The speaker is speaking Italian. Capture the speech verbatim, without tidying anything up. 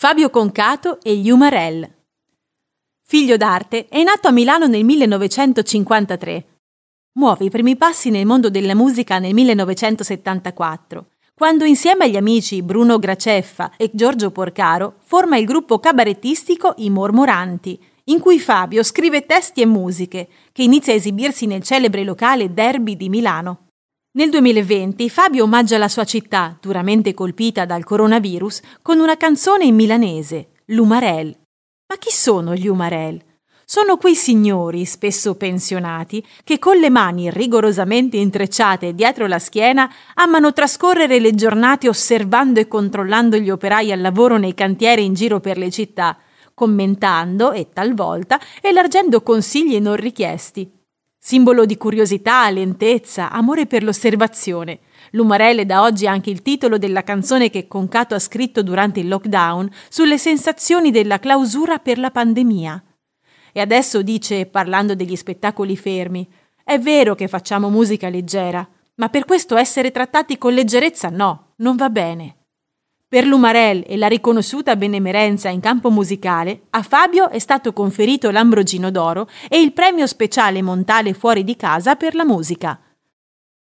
Fabio Concato e gli Umarell. Figlio d'arte, è nato a Milano nel millenovecentocinquantatré. Muove i primi passi nel mondo della musica nel millenovecentosettantaquattro, quando insieme agli amici Bruno Graceffa e Giorgio Porcaro forma il gruppo cabarettistico I Mormoranti, in cui Fabio scrive testi e musiche, che inizia a esibirsi nel celebre locale Derby di Milano. Nel duemilaventi Fabio omaggia la sua città, duramente colpita dal coronavirus, con una canzone in milanese, L'Umarell. Ma chi sono gli Umarell? Sono quei signori, spesso pensionati, che con le mani rigorosamente intrecciate dietro la schiena amano trascorrere le giornate osservando e controllando gli operai al lavoro nei cantieri in giro per le città, commentando e talvolta elargendo consigli non richiesti. Simbolo di curiosità, lentezza, amore per l'osservazione. L'Umarell è da oggi anche il titolo della canzone che Concato ha scritto durante il lockdown sulle sensazioni della clausura per la pandemia. E adesso dice, parlando degli spettacoli fermi, è vero che facciamo musica leggera, ma per questo essere trattati con leggerezza no, non va bene. Per l'Umarell e la riconosciuta benemerenza in campo musicale, a Fabio è stato conferito l'Ambrogino d'Oro e il premio speciale Montale Fuori di Casa per la musica.